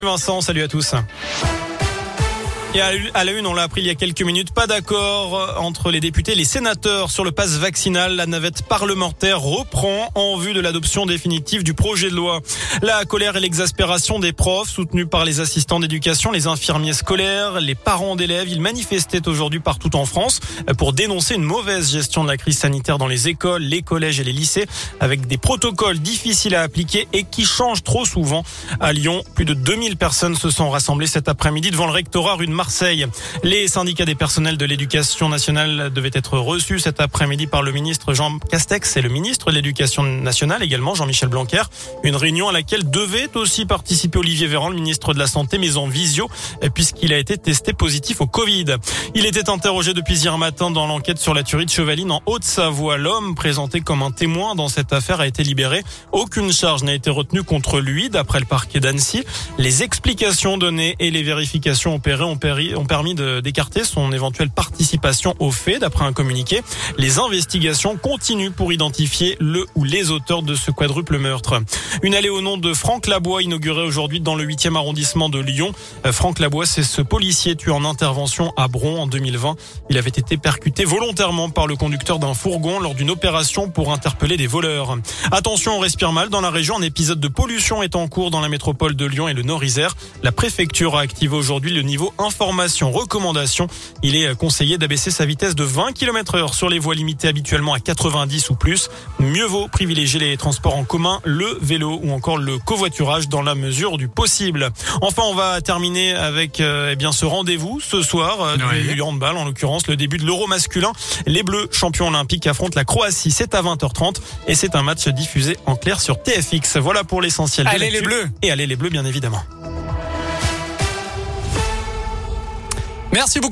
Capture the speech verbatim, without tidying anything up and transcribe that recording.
Vincent, salut à tous. Et à la une, on l'a appris il y a quelques minutes, pas d'accord entre les députés et les sénateurs sur le pass vaccinal. La navette parlementaire reprend en vue de l'adoption définitive du projet de loi. La colère et l'exaspération des profs, soutenus par les assistants d'éducation, les infirmiers scolaires, les parents d'élèves. Ils manifestaient aujourd'hui partout en France pour dénoncer une mauvaise gestion de la crise sanitaire dans les écoles, les collèges et les lycées, avec des protocoles difficiles à appliquer et qui changent trop souvent. À Lyon, plus de deux mille personnes se sont rassemblées cet après-midi devant le rectorat rue de Marseille. Les syndicats des personnels de l'éducation nationale devaient être reçus cet après-midi par le ministre Jean Castex et le ministre de l'éducation nationale également, Jean-Michel Blanquer. Une réunion à laquelle devait aussi participer Olivier Véran, le ministre de la Santé, mais en visio, puisqu'il a été testé positif au Covid. Il était interrogé depuis hier matin dans l'enquête sur la tuerie de Chevaline en Haute-Savoie. L'homme présenté comme un témoin dans cette affaire a été libéré. Aucune charge n'a été retenue contre lui, d'après le parquet d'Annecy. Les explications données et les vérifications opérées ont permis ont permis de, d'écarter son éventuelle participation aux faits, d'après un communiqué. Les investigations continuent pour identifier le ou les auteurs de ce quadruple meurtre. Une allée au nom de Franck Labois inaugurée aujourd'hui dans le huitième arrondissement de Lyon. Franck Labois, c'est ce policier tué en intervention à Bron en deux mille vingt. Il avait été percuté volontairement par le conducteur d'un fourgon lors d'une opération pour interpeller des voleurs. Attention, on respire mal dans la région. Un épisode de pollution est en cours dans la métropole de Lyon et le Nord-Isère. La préfecture a activé aujourd'hui le niveau information recommandation. Il est conseillé d'abaisser sa vitesse de vingt kilomètres heure sur les voies limitées habituellement à quatre-vingt-dix ou plus. Mieux vaut privilégier les transports en commun, le vélo ou encore le covoiturage dans la mesure du possible. Enfin, on va terminer avec euh, eh bien ce rendez-vous ce soir euh, oui. du handball, en l'occurrence le début de l'Euro masculin. Les Bleus, champions olympiques, affrontent la Croatie. C'est à vingt heures trente et c'est un match diffusé en clair sur T F X. Voilà pour l'essentiel. Allez les Bleus. Et allez les Bleus, bien évidemment. Merci beaucoup.